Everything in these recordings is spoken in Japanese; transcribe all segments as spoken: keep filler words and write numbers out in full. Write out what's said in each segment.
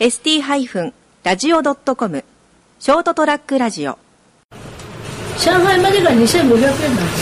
エスティー ラジオ ドットコム ショートトラックラジオ。 上海までがにせんごひゃくえんなんです。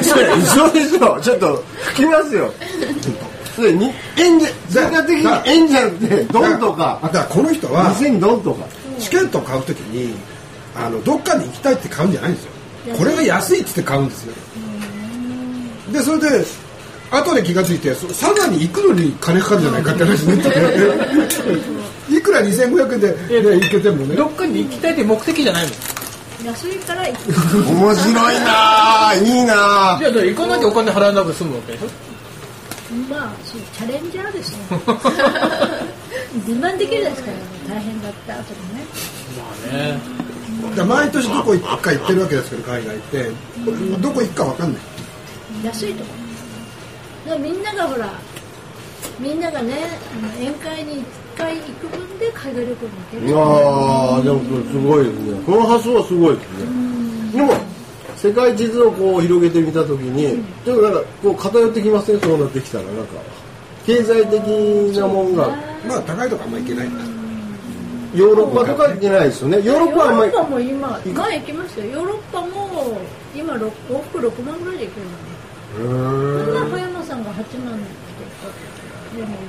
それ嘘でしょ。ちょっと吹きますよ。それに円じゃ全体的に円じゃなくてドンとか。 だからこの人はにせんドンとかチケットを買うときにあのどっかに行きたいって買うんじゃないんですよ。これが安いって言って買うんですよ。でそれで後で気がついて佐賀に行くのに金かかるんじゃないかって話になっていくらにせんごひゃくえんで、ね、行けてもね、 どっかに行きたいって目的じゃないの。 安いから行く。 面白いなぁ、いいなぁ。 じゃあ行かなきゃお金払わなくて済むわけでしょ。 まあそうチャレンジャーですね。自慢できるですから、ね、大変だったとかね。 まあね。 だ毎年どこ行くか行ってるわけですけど海外ってどこ行くか分かんない。 安いところ。みんながほらみんながねあの宴会にいっかい行く分で海外旅行に行ける。 いやーでもすごいですね。この発想はすごいですね。でも世界地図をこう広げてみたときに、うん、ちょっとなんかこう偏ってきません、ね、そうなってきたらなんか経済的なもんがまあ高いとこあんま行けないんだ。 ヨーロッパとか行ってないですよね。ヨーロッパはあんまり。 ヨーロッパも今前行きましたよ。ヨーロッパも今往復ろくまんぐらいで行けるのね。あんな小山さんがはちまんででも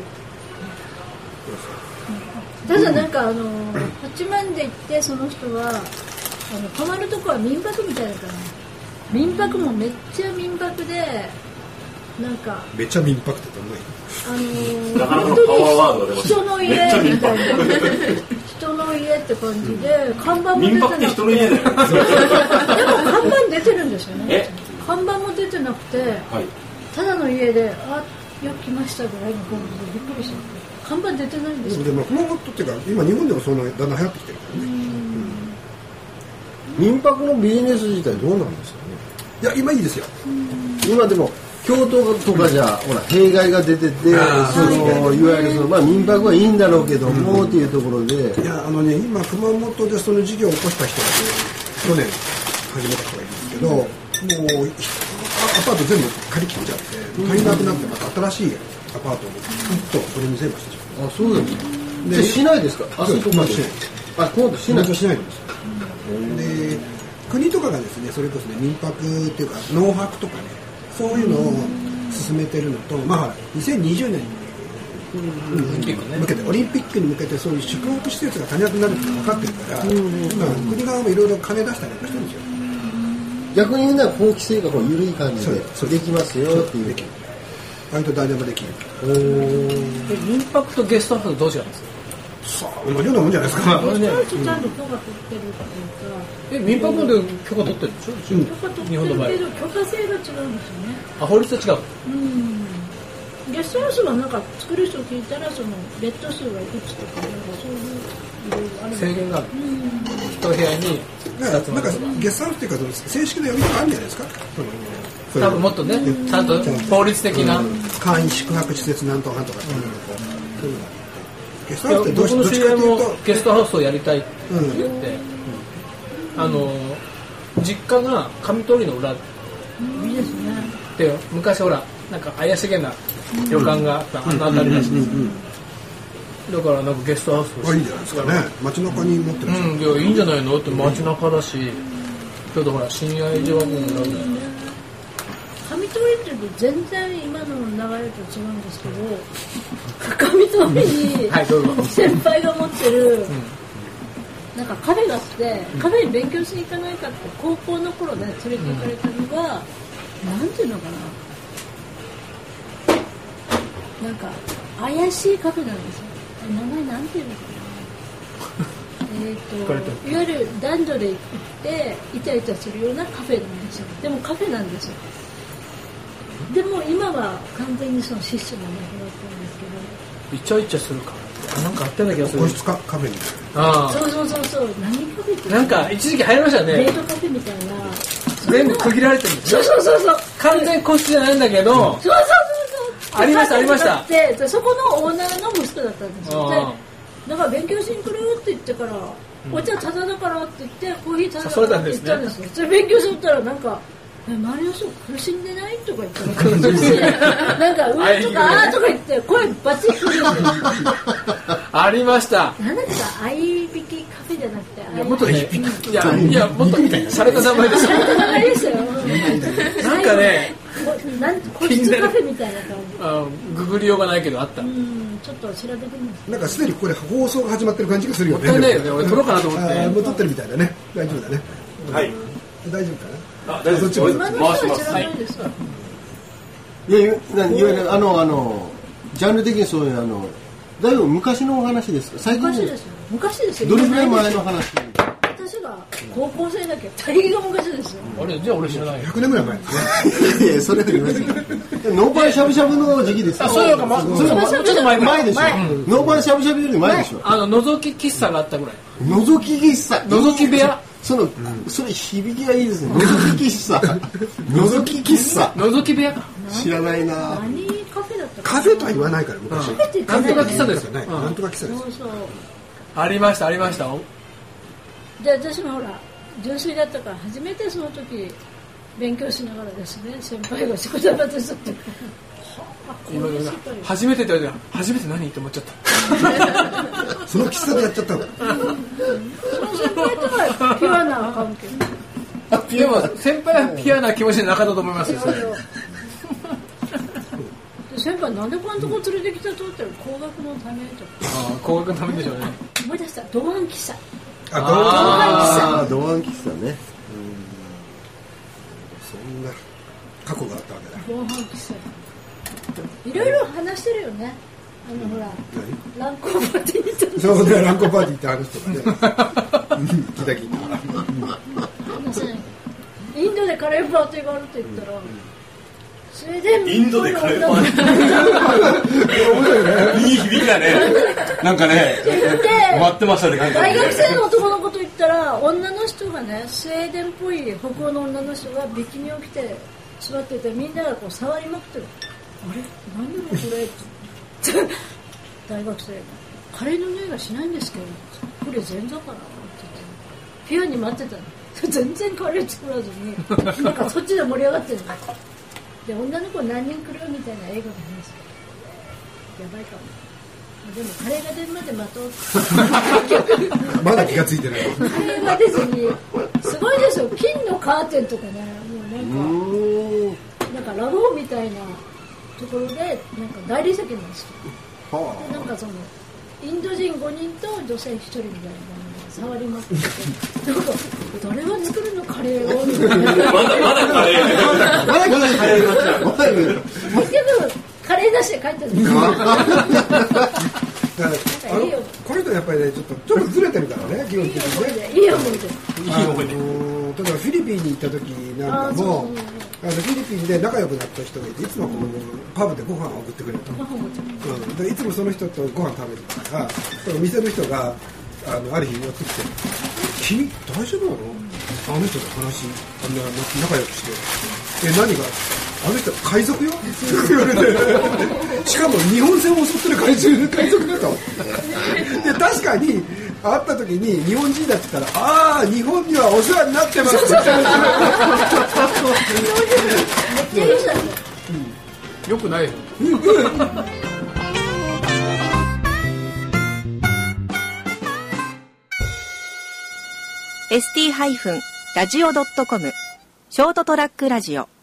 ただなんかあのはちまんで行ってその人はあの泊まるとこは民泊みたいだからね。民泊もめっちゃ民泊でなんかめっちゃ民泊ってどんなあのー、本当に人の家みたいな人の家って感じで看板も出てなくて民泊って人の家だよ。でも看板出てるんですよね。看板も出てなくて、はい、ただの家であよく来ましたぐらいの感じでびっくりした。看板出てないんですよ。 でも熊本っていうか今日本でもそんなだんだん流行ってきてるからね。 民泊のビジネス自体どうなんですかね。 いや今いいですよ。 今でも京都とかじゃほら弊害が出てて、そのいわゆるそのまあ民泊はいいんだろうけどもっていうところで、 いやあのね今熊本でその事業を起こした人が、ね、去年始めた人がいるんですけど、もうアパート全部借り切っちゃって足りなくなってまた新しいアパートを一棟それに全部してしまう。 あ、そうですか。でしないですか。あそこまでしない。あ、今度しない。 しないんですよ。で国とかがですねそれこそね民泊っていうか農泊とかねそういうのを進めてるのと、まあにせんにじゅうねんに向けてオリンピックに向けてそういう宿泊施設が足りなくなるって分かってるから、まあ、国側もいろいろ金出したりとかしてるんですよ。 逆に言うなら法規制がこう緩い感じでできますよっていう。 割と誰でもできる。 民泊とゲストハウスどう違うんですか。 さあ同じようなもんじゃないですか。 ゲストハウスちゃんと許可取ってるっていうか。 え民泊で許可取ってるでしょ。 許可取ってるけど許可制が違うんですよね。 あ、法律は違う。 うんゲストハウスはなんか作る人を聞いたらそのベッド数がいくつとかそういういろいろある制限がある。一部屋になんかゲストハウスっていうか正式な呼び方あるんじゃないですか。 多分もっとねちゃんと法律的な、うん、 簡易宿泊施設なんとかなんとかっていうのがこう、うん、ゲストハウスって僕の知り合いもゲストハウスをやりたいって言って、うん、あの実家が上通りの裏、 うん、いいですね。 で昔ほらなんか怪しげな旅館があった、うん、あんなあたりらしいです、うんうんうんうん、だからなんかゲストハウスをいいんじゃないですかね。街中に持ってる、 うん、いやいいんじゃないのって街中だし、ちょっとほら親愛情報も裏ぐらい上通りって全然今の流れと違うんですけど上通りに先輩が持ってるなんかカフェがあってカフェに勉強しに行かないかって高校の頃で連れて行かれたのがなんていうのかななんか怪しいカフェなんですよ。名前なんていうのかなえーといわゆる男女で行ってイチャイチャするようなカフェなんですよ。でもカフェなんですよ。でも今は完全にそのシステムがなくなってるんですけどイチャイチャするカフェってなんかあったような気がする。 個室カフェみたいな。 ああそうそうそうそう何カフェってなんか一時期流行りましたね。 デートカフェみたいな全部区切られてるんですよ。 そうそうそうそう完全個室じゃないんだけど、うん、そうそうそうそうありましたありましたでそこのオーナーの息子だったんですよ。でだから勉強しに来るって言ってから、うん、お茶タダだからって言ってコーヒータダだからって言ったんですよ。それ勉強しとったらなんか周りの人苦しんでないとか言ってなんかうんとかあーとか言って声バチッと出るんですよ。 ありました。 なんだっけか、合いびきカフェじゃなくて、 いやもっとね、いやいやもっと洒落た名前ですよ。 洒落た名前ですよ。 なんかね、 なん個室カフェみたいな感じ。 あググりようがないけどあった。 うん、ちょっと調べてみます。 なんかすでにこれ放送が始まってる感じがするよね。 もったいないよね。俺撮ろうかなと思って。 もう撮ってるみたいだね。大丈夫だね。 はい。 大丈夫かな。 あ、大丈夫です。 今の人は知らないですか。 いやいわゆるあのあのジャンル的にそういうあのだいぶ昔のお話ですか。最近昔ですよ。昔ですよ。 どれぐらい前の話。 私が高校生だけ大が昔ですよ。 あれじゃあ俺知らないよ。 ひゃくねんぐらい前ですね。 いやいやそれより前です。ノーパンしゃぶしゃぶの時期ですよ。 あ、そういうか、ま、それもちょっと前前でしょ。ノーパンしゃぶしゃぶより前でしょ。 あの覗き喫茶があったぐらい。 覗き喫茶。 覗き部屋。 そのそれ響きがいいですね。覗き喫茶。覗き喫茶。 覗き部屋か。 知らないな。 何カフェだったか。 カフェとは言わないから昔。 なんとか喫茶ですよね。 なんとか喫茶です。 そうそう。 ありましたありました。 で私もほら純粋だったから初めてその時勉強しながらですね、先輩が仕事場でずっと今初めてって言われて初めて何って思っちゃった。 その喫茶でやっちゃったの。 その先輩とはピュアな関係。 でも先輩はピュアな気持ちでなかったと思いますよ。 先輩なんでこんなとこ連れてきたと思ったら工学のためとか。 ああ工学のためでしょうね。 思い出した童顔喫茶。 ああ童顔喫茶ね。 そんな過去があったわけだ。 童顔喫茶。いろいろ話してるよね。あのほら乱交パーティー行った。 そうね乱交パーティーって話とかね。聞いた聞いた。 話せない。インドでカレーパーティーがあるって言ったら。それでインドでカレーパーティーいい響きだね。なんかね待ってましたね。 大学生の男の子と言ったら女の人がねスウェーデンっぽい北欧の女の人がビキニを着て座っててみんながこう触りまくってる。あれ何でもこれって大学生がカレーの匂いがしないんですけどこれ前座かなって言ってピュアに待ってたの。全然カレー作らずになんかそっちで盛り上がってるの。で女の子何人来るみたいな映画の話。やばいかも。でもカレーが出るまで待とう。 まだ気がついてない。 カレーが出ずにすごいですよ。金のカーテンとかね、もうなんかなんかラボみたいなところでなんか大理石なんですよ。でなんかそのインド人ごにんと女性ひとりみたいなのが触りまくってて、なんか誰が作るのカレーをみたいな。 まだまだカレー。 まだまだカレーになっちゃう。まだ結局カレーなしで帰ったんですよ。 だからあのこれとやっぱりねちょっとちょっとずれてるからね基本的にね。 いい思い出。 あの例えばフィリピンに行った時なんかもあのフィリピンで仲良くなった人がいていつもこのパブでご飯を送ってくれると、うん、でいつもその人とご飯食べてたからその店の人があのある日寄ってきて「君大丈夫なの？あの人と話あんな仲良くしてえ何があの人海賊よ」って言われてしかも日本船を襲ってる海賊海賊だとで確かに会った時に日本人だって言ったらああ日本にはお世話になってますって言っためっちゃいい人だね。 よくないよ。 エスティー ラジオ ドットコム ショートトラックラジオ